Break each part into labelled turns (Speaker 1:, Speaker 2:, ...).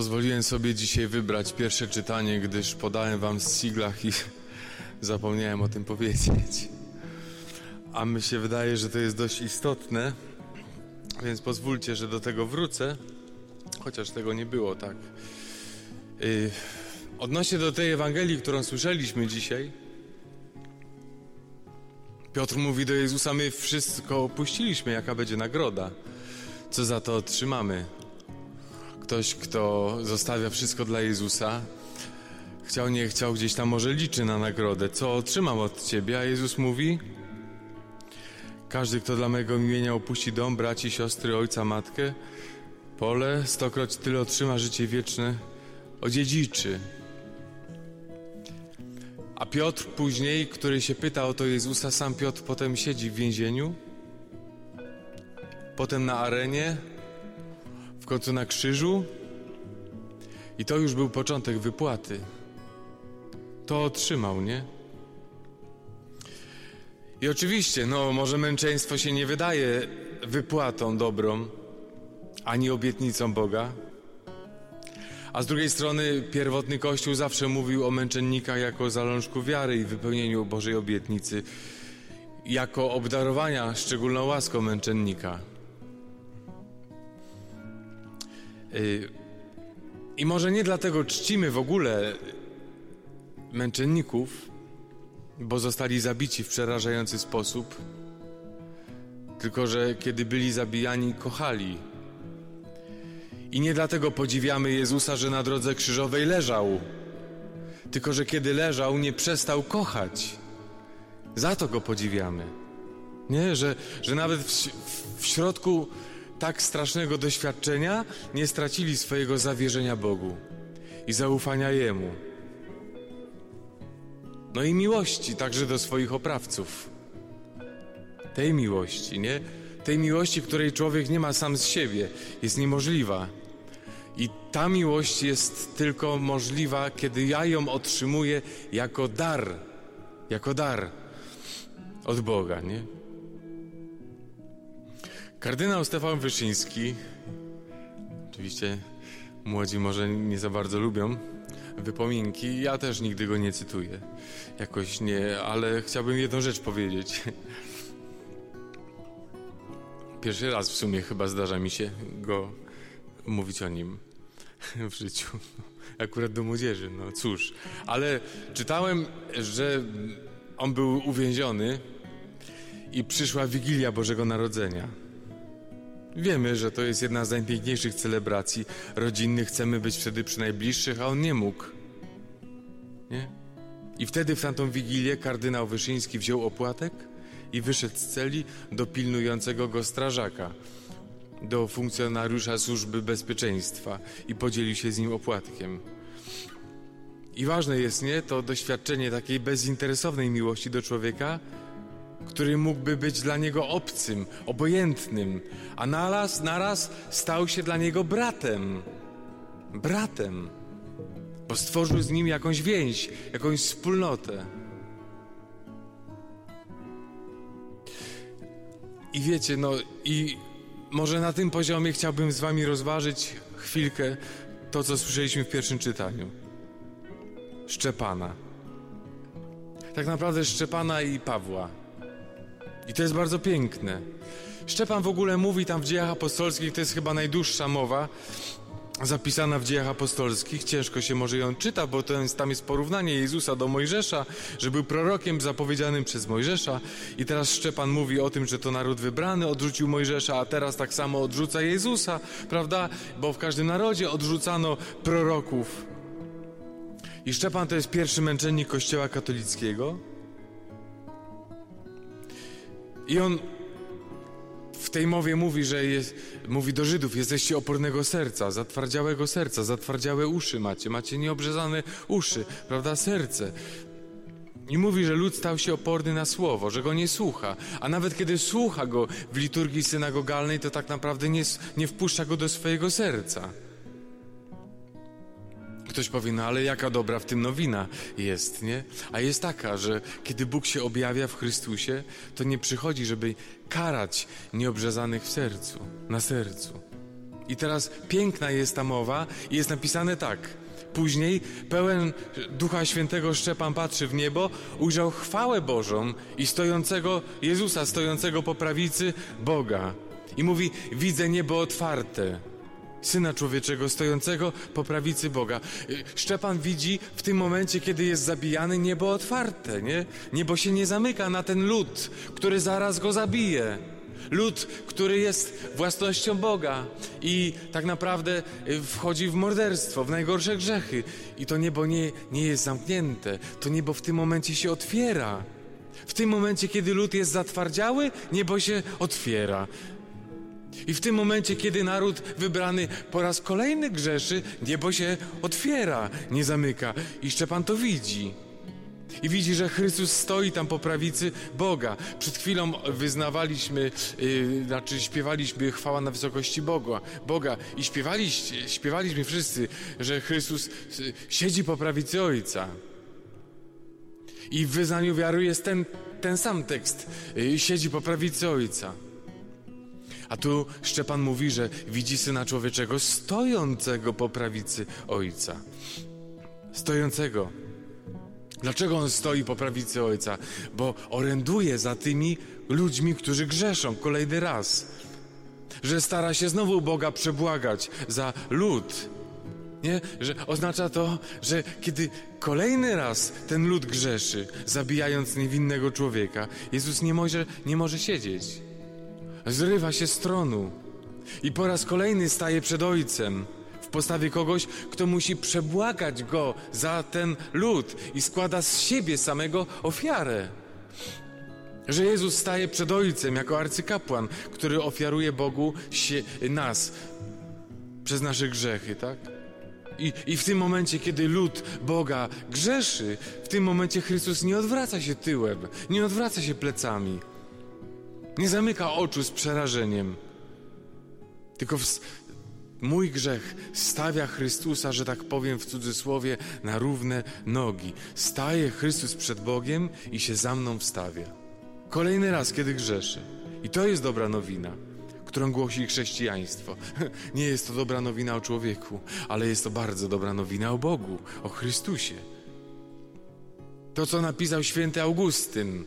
Speaker 1: Pozwoliłem sobie dzisiaj wybrać pierwsze czytanie, gdyż podałem wam z siglach i zapomniałem o tym powiedzieć. A mi się wydaje, że to jest dość istotne, więc pozwólcie, że do tego wrócę, chociaż tego nie było, tak. Odnośnie do tej Ewangelii, którą słyszeliśmy dzisiaj, Piotr mówi do Jezusa: my wszystko opuściliśmy, jaka będzie nagroda? Co za to otrzymamy? Ktoś, kto zostawia wszystko dla Jezusa, chciał, nie chciał, gdzieś tam może liczy na nagrodę. Co otrzymam od Ciebie? A Jezus mówi: każdy, kto dla mego imienia opuści dom, braci, siostry, ojca, matkę, pole, 100-kroć tyle otrzyma życie wieczne, odziedziczy. A Piotr później, który się pyta o to Jezusa, sam Piotr potem siedzi w więzieniu, potem na arenie, w końcu na krzyżu, i to już był początek wypłaty. To otrzymał, nie? I oczywiście, może męczeństwo się nie wydaje wypłatą dobrą, ani obietnicą Boga, a z drugiej strony pierwotny Kościół zawsze mówił o męczennikach jako zalążku wiary i wypełnieniu Bożej obietnicy, jako obdarowania szczególną łaską męczennika. I może nie dlatego czcimy w ogóle męczenników, bo zostali zabici w przerażający sposób, tylko że kiedy byli zabijani, kochali. I nie dlatego podziwiamy Jezusa, że na drodze krzyżowej leżał, tylko że kiedy leżał, nie przestał kochać. Za to Go podziwiamy. Nie? Że nawet w środku tak strasznego doświadczenia nie stracili swojego zawierzenia Bogu i zaufania Jemu. No i miłości także do swoich oprawców. Tej miłości, nie? Tej miłości, której człowiek nie ma sam z siebie, jest niemożliwa. I ta miłość jest tylko możliwa, kiedy ja ją otrzymuję jako dar od Boga, nie? Kardynał Stefan Wyszyński, oczywiście młodzi może nie za bardzo lubią wypominki, ja też nigdy go nie cytuję, jakoś nie, ale chciałbym jedną rzecz powiedzieć. Pierwszy raz w sumie chyba zdarza mi się go mówić o nim w życiu. Akurat do młodzieży, cóż. Ale czytałem, że on był uwięziony i przyszła Wigilia Bożego Narodzenia. Wiemy, że to jest jedna z najpiękniejszych celebracji rodzinnych. Chcemy być wtedy przy najbliższych, a on nie mógł. Nie? I wtedy w tamtą Wigilię kardynał Wyszyński wziął opłatek i wyszedł z celi do pilnującego go strażaka, do funkcjonariusza służby bezpieczeństwa i podzielił się z nim opłatkiem. I ważne jest, nie, to doświadczenie takiej bezinteresownej miłości do człowieka, który mógłby być dla niego obcym, obojętnym, a naraz stał się dla niego bratem, bo stworzył z nim jakąś więź, jakąś wspólnotę. I wiecie, i może na tym poziomie chciałbym z wami rozważyć chwilkę to, co słyszeliśmy w pierwszym czytaniu. Szczepana. Tak naprawdę Szczepana i Pawła. I to jest bardzo piękne. Szczepan w ogóle mówi tam w Dziejach Apostolskich, to jest chyba najdłuższa mowa zapisana w Dziejach Apostolskich. Ciężko się może ją czyta, bo tam jest porównanie Jezusa do Mojżesza, że był prorokiem zapowiedzianym przez Mojżesza. I teraz Szczepan mówi o tym, że to naród wybrany odrzucił Mojżesza, a teraz tak samo odrzuca Jezusa, prawda? Bo w każdym narodzie odrzucano proroków. I Szczepan to jest pierwszy męczennik Kościoła katolickiego. I on w tej mowie mówi, mówi do Żydów: jesteście opornego serca, zatwardziałego serca, zatwardziałe uszy macie nieobrzezane uszy, prawda, serce. I mówi, że lud stał się oporny na słowo, że go nie słucha, a nawet kiedy słucha go w liturgii synagogalnej, to tak naprawdę nie wpuszcza go do swojego serca. Ktoś powie: ale jaka dobra w tym nowina jest, nie? A jest taka, że kiedy Bóg się objawia w Chrystusie, to nie przychodzi, żeby karać nieobrzezanych na sercu. I teraz piękna jest ta mowa i jest napisane tak. Później, pełen Ducha Świętego, Szczepan patrzy w niebo, ujrzał chwałę Bożą i stojącego Jezusa, stojącego po prawicy Boga. I mówi, widzę niebo otwarte, Syna Człowieczego stojącego po prawicy Boga. Szczepan widzi w tym momencie, kiedy jest zabijany, niebo otwarte, nie? Niebo się nie zamyka na ten lud, który zaraz go zabije. Lud, który jest własnością Boga i tak naprawdę wchodzi w morderstwo, w najgorsze grzechy. I to niebo nie jest zamknięte. To niebo w tym momencie się otwiera. W tym momencie, kiedy lud jest zatwardziały, niebo się otwiera. I w tym momencie, kiedy naród wybrany po raz kolejny grzeszy, niebo się otwiera, nie zamyka. I Szczepan to widzi. I widzi, że Chrystus stoi tam po prawicy Boga. Przed chwilą wyznawaliśmy, śpiewaliśmy chwała na wysokości Boga. I śpiewaliśmy wszyscy, że Chrystus siedzi po prawicy Ojca. I w wyznaniu wiary jest ten sam tekst. Siedzi po prawicy Ojca. A tu Szczepan mówi, że widzi Syna Człowieczego stojącego po prawicy Ojca. Stojącego. Dlaczego on stoi po prawicy Ojca? Bo oręduje za tymi ludźmi, którzy grzeszą kolejny raz. Że stara się znowu Boga przebłagać za lud. Nie? Że oznacza to, że kiedy kolejny raz ten lud grzeszy, zabijając niewinnego człowieka, Jezus nie może siedzieć. Zrywa się z tronu i po raz kolejny staje przed Ojcem w postawie kogoś, kto musi przebłagać Go za ten lud i składa z siebie samego ofiarę. Że Jezus staje przed Ojcem jako arcykapłan, który ofiaruje Bogu nas przez nasze grzechy, tak? I w tym momencie, kiedy lud Boga grzeszy, w tym momencie Chrystus nie odwraca się tyłem, nie odwraca się plecami. Nie zamyka oczu z przerażeniem, tylko mój grzech stawia Chrystusa, że tak powiem w cudzysłowie, na równe nogi. Staje Chrystus przed Bogiem i się za mną wstawia. Kolejny raz, kiedy grzeszy. I to jest dobra nowina, którą głosi chrześcijaństwo. Nie jest to dobra nowina o człowieku, ale jest to bardzo dobra nowina o Bogu, o Chrystusie. To, co napisał święty Augustyn,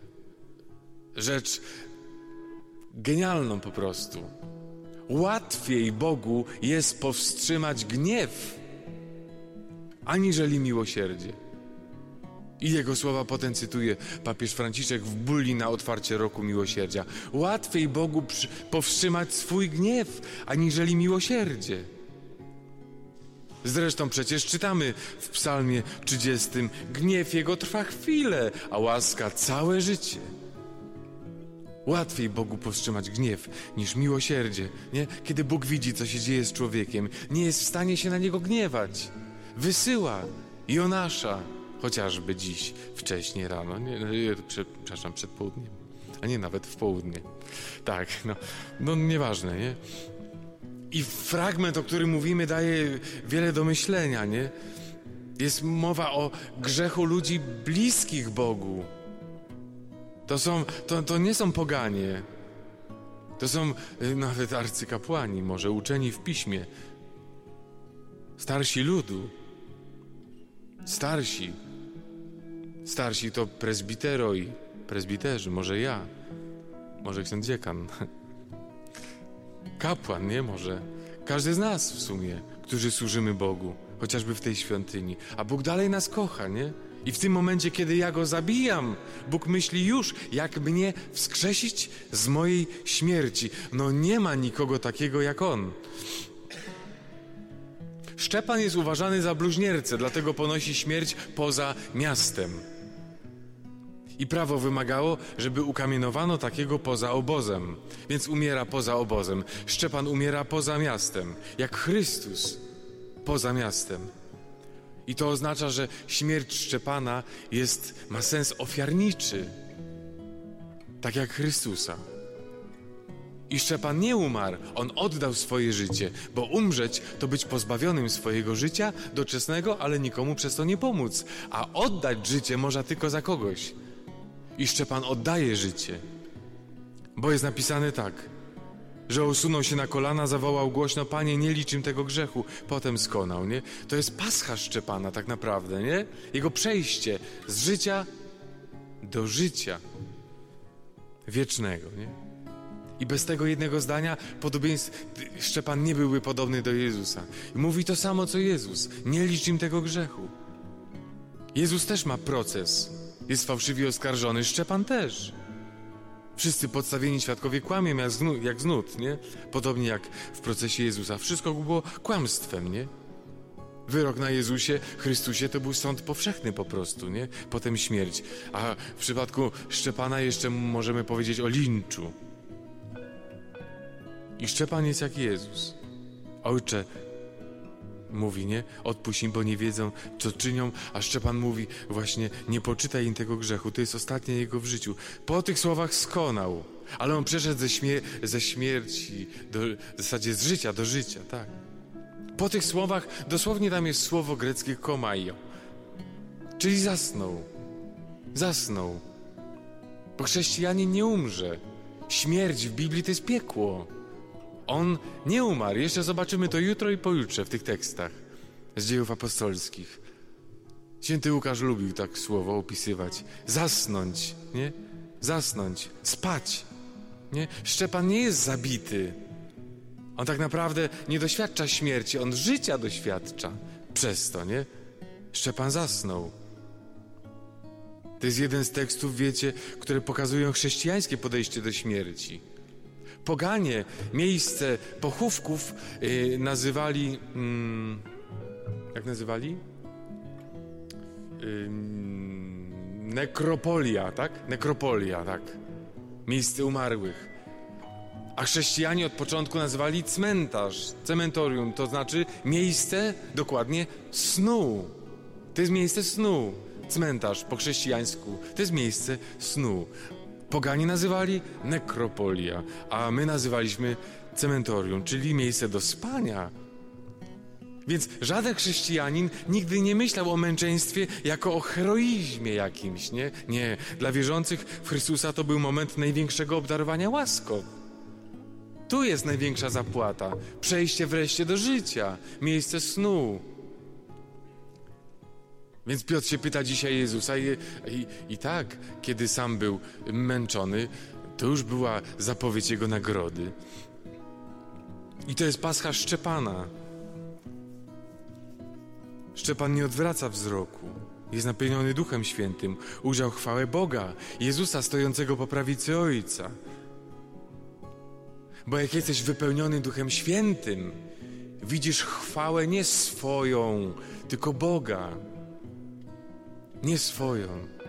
Speaker 1: rzecz genialną po prostu. Łatwiej Bogu jest powstrzymać gniew, aniżeli miłosierdzie. I jego słowa potem cytuje papież Franciszek w bulli na otwarcie roku miłosierdzia. Łatwiej Bogu powstrzymać swój gniew, aniżeli miłosierdzie. Zresztą przecież czytamy w psalmie 30: gniew jego trwa chwilę, a łaska całe życie. Łatwiej Bogu powstrzymać gniew niż miłosierdzie, nie? Kiedy Bóg widzi, co się dzieje z człowiekiem, nie jest w stanie się na niego gniewać. Wysyła Jonasza, chociażby dziś, wcześnie rano, przepraszam, przed południem, a nie nawet w południe. Tak, no nieważne, nie? I fragment, o którym mówimy, daje wiele do myślenia, nie? Jest mowa o grzechu ludzi bliskich Bogu. To nie są poganie. To są nawet arcykapłani, może uczeni w piśmie. Starsi ludu. Starsi to presbiterzy, może ja. Może ksiądz dziekan. Kapłan, nie? Może. Każdy z nas w sumie, którzy służymy Bogu, chociażby w tej świątyni. A Bóg dalej nas kocha, nie? I w tym momencie, kiedy ja go zabijam, Bóg myśli już, jak mnie wskrzesić z mojej śmierci. No nie ma nikogo takiego jak on. Szczepan jest uważany za bluźniercę, dlatego ponosi śmierć poza miastem. I prawo wymagało, żeby ukamienowano takiego poza obozem. Więc umiera poza obozem. Szczepan umiera poza miastem, jak Chrystus poza miastem. I to oznacza, że śmierć Szczepana ma sens ofiarniczy, tak jak Chrystusa. I Szczepan nie umarł, on oddał swoje życie, bo umrzeć to być pozbawionym swojego życia doczesnego, ale nikomu przez to nie pomóc. A oddać życie można tylko za kogoś. I Szczepan oddaje życie, bo jest napisane tak: że osunął się na kolana, zawołał głośno: Panie, nie licz im tego grzechu. Potem skonał, nie? To jest pascha Szczepana tak naprawdę, nie? Jego przejście z życia do życia wiecznego, nie? I bez tego jednego zdania Szczepan nie byłby podobny do Jezusa. I mówi to samo, co Jezus. Nie licz im tego grzechu. Jezus też ma proces. Jest fałszywie oskarżony, Szczepan też. Wszyscy podstawieni świadkowie kłamią jak z nut, nie? Podobnie jak w procesie Jezusa. Wszystko było kłamstwem, nie? Wyrok na Jezusie, Chrystusie to był sąd powszechny po prostu, nie? Potem śmierć. A w przypadku Szczepana jeszcze możemy powiedzieć o linczu. I Szczepan jest jak Jezus. Ojcze, mówi, nie? Odpuść im, bo nie wiedzą, co czynią. A Szczepan mówi właśnie: nie poczytaj im tego grzechu. To jest ostatnie jego w życiu. Po tych słowach skonał. Ale on przeszedł ze śmierci, w zasadzie z życia do życia, tak. Po tych słowach, dosłownie tam jest słowo greckie komaio. Czyli zasnął. Zasnął. Bo chrześcijanin nie umrze. Śmierć w Biblii to jest piekło. On nie umarł. Jeszcze zobaczymy to jutro i pojutrze w tych tekstach z Dziejów Apostolskich. Święty Łukasz lubił tak słowo opisywać. Zasnąć, nie? Zasnąć, spać, nie? Szczepan nie jest zabity. On tak naprawdę nie doświadcza śmierci, on życia doświadcza przez to, nie? Szczepan zasnął. To jest jeden z tekstów, wiecie, które pokazują chrześcijańskie podejście do śmierci. Poganie miejsce pochówków nazywali... jak nazywali? Nekropolia, tak? Nekropolia, tak. Miejsce umarłych. A chrześcijanie od początku nazywali cmentarz, cementorium, to znaczy miejsce, dokładnie, snu. To jest miejsce snu. Cmentarz po chrześcijańsku to jest miejsce snu. Poganie nazywali nekropolia, a my nazywaliśmy cementorium, czyli miejsce do spania. Więc żaden chrześcijanin nigdy nie myślał o męczeństwie jako o heroizmie jakimś, nie? Nie, dla wierzących w Chrystusa to był moment największego obdarowania łaską. Tu jest największa zapłata. Przejście wreszcie do życia. Miejsce snu. Więc Piotr się pyta dzisiaj Jezusa i tak, kiedy sam był męczony, to już była zapowiedź Jego nagrody. I to jest pascha Szczepana. Szczepan nie odwraca wzroku. Jest napełniony Duchem Świętym. Ujrzał chwałę Boga, Jezusa stojącego po prawicy Ojca. Bo jak jesteś wypełniony Duchem Świętym, widzisz chwałę nie swoją, tylko Boga. Nie swoją.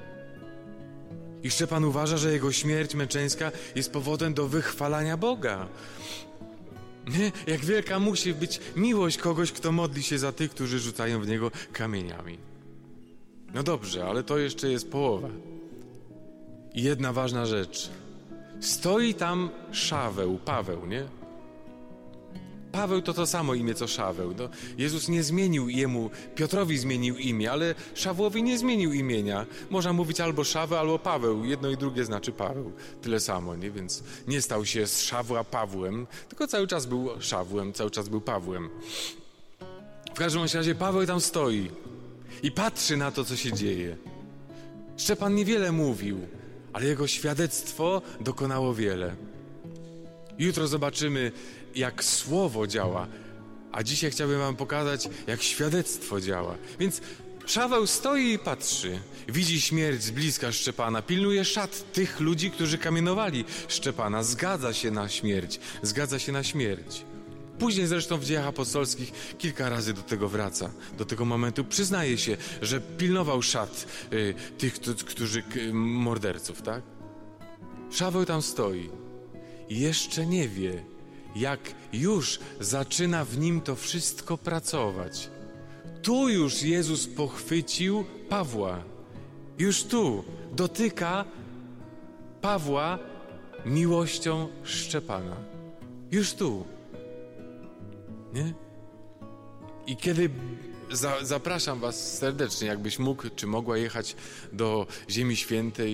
Speaker 1: I Szczepan uważa, że jego śmierć męczeńska jest powodem do wychwalania Boga. Nie? Jak wielka musi być miłość kogoś, kto modli się za tych, którzy rzucają w niego kamieniami. No dobrze, ale to jeszcze jest połowa. I jedna ważna rzecz. Stoi tam Szaweł, Paweł, nie? Paweł to samo imię, co Szaweł. No, Jezus nie zmienił jemu, Piotrowi zmienił imię, ale Szawłowi nie zmienił imienia. Można mówić albo Szaweł, albo Paweł. Jedno i drugie znaczy Paweł. Tyle samo, nie? Więc nie stał się z Szawła Pawłem, tylko cały czas był Szawłem, cały czas był Pawłem. W każdym razie Paweł tam stoi i patrzy na to, co się dzieje. Szczepan niewiele mówił, ale jego świadectwo dokonało wiele. Jutro zobaczymy, jak słowo działa, a dzisiaj chciałbym wam pokazać, jak świadectwo działa. Więc Szaweł stoi i patrzy. Widzi śmierć z bliska Szczepana, pilnuje szat tych ludzi, którzy kamienowali Szczepana. Zgadza się na śmierć, zgadza się na śmierć. Później zresztą w Dziejach Apostolskich kilka razy do tego wraca, do tego momentu. Przyznaje się, że pilnował szat tych, którzy morderców, tak? Szaweł tam stoi i jeszcze nie wie, jak już zaczyna w nim to wszystko pracować. Tu już Jezus pochwycił Pawła. Już tu dotyka Pawła miłością Szczepana. Już tu. Nie? I kiedy zapraszam was serdecznie, jakbyś mógł, czy mogła jechać do Ziemi Świętej,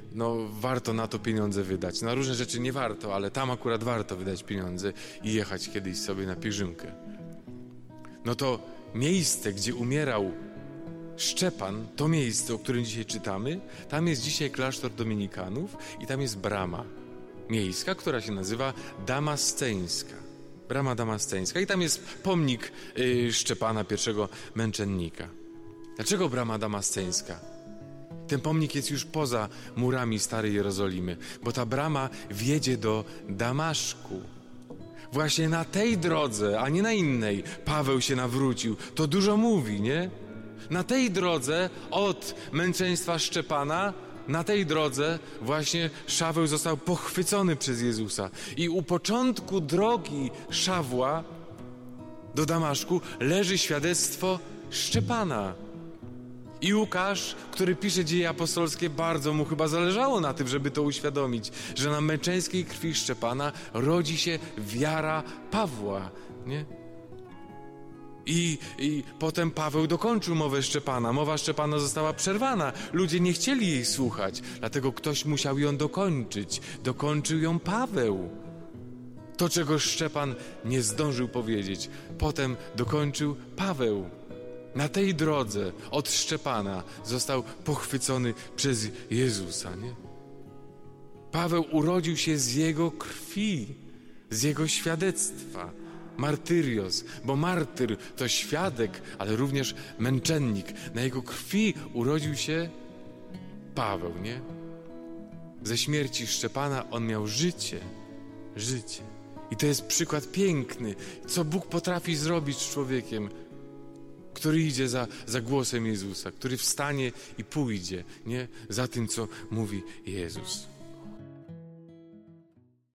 Speaker 1: no warto na to pieniądze wydać. Na różne rzeczy nie warto, ale tam akurat warto wydać pieniądze i jechać kiedyś sobie na pielgrzymkę. No to miejsce, gdzie umierał Szczepan, to miejsce, o którym dzisiaj czytamy, tam jest dzisiaj klasztor dominikanów i tam jest brama miejska, która się nazywa Damasceńska. Brama Damasceńska i tam jest pomnik Szczepana, pierwszego męczennika. Dlaczego brama Damasceńska? Ten pomnik jest już poza murami Starej Jerozolimy, bo ta brama wiedzie do Damaszku. Właśnie na tej drodze, a nie na innej, Paweł się nawrócił. To dużo mówi, nie? Na tej drodze od męczeństwa Szczepana, na tej drodze właśnie Szaweł został pochwycony przez Jezusa. I u początku drogi Szawła do Damaszku leży świadectwo Szczepana. I Łukasz, który pisze Dzieje apostolskie, bardzo mu chyba zależało na tym, żeby to uświadomić, że na męczeńskiej krwi Szczepana rodzi się wiara Pawła, nie? I potem Paweł dokończył mowę Szczepana. Mowa Szczepana została przerwana. Ludzie nie chcieli jej słuchać, dlatego ktoś musiał ją dokończyć. Dokończył ją Paweł. To, czego Szczepan nie zdążył powiedzieć, potem dokończył Paweł. Na tej drodze od Szczepana został pochwycony przez Jezusa, nie? Paweł urodził się z jego krwi, z jego świadectwa. Martyrios, bo martyr to świadek, ale również męczennik. Na jego krwi urodził się Paweł, nie? Ze śmierci Szczepana on miał życie. I to jest przykład piękny, co Bóg potrafi zrobić z człowiekiem, który idzie za głosem Jezusa, który wstanie i pójdzie, nie? Za tym, co mówi Jezus.